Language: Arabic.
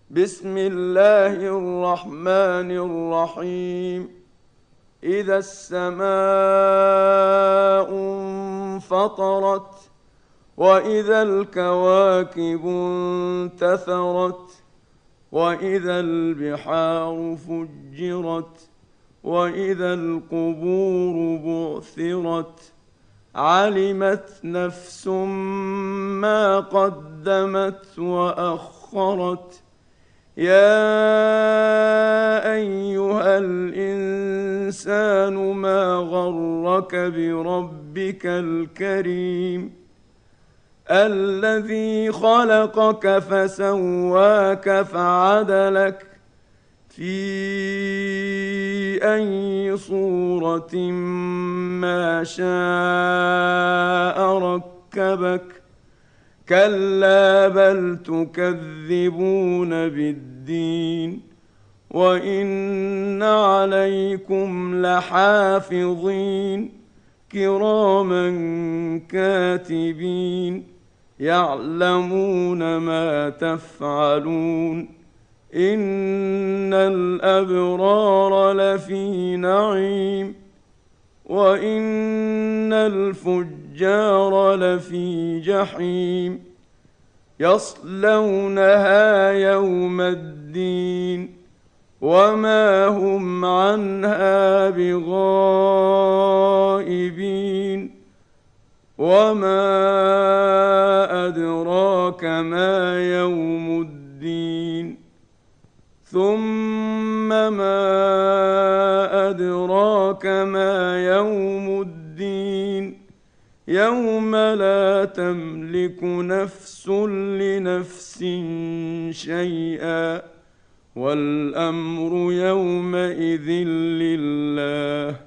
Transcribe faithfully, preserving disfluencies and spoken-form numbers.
بسم الله الرحمن الرحيم. إذا السماء انفطرت وإذا الكواكب انتثرت وإذا البحار فجرت وإذا القبور بعثرت علمت نفس ما قدمت وأخرت. يا أيها الإنسان ما غرك بربك الكريم الذي خلقك فسواك فعدلك في أي صورة ما شاء ركبك. كلا بل تكذبون بالدين وإن عليكم لحافظين كراما كاتبين يعلمون ما تفعلون. إن الأبرار لفي نعيم وإن الفجار لفي جحيم يصلونها يوم الدين وما هم عنها بغائبين. وما أدراك ما يوم الدين ثم ما أدراك ما يوم الدين يوم لا تملك نفس لنفس شيئا والأمر يومئذ لله.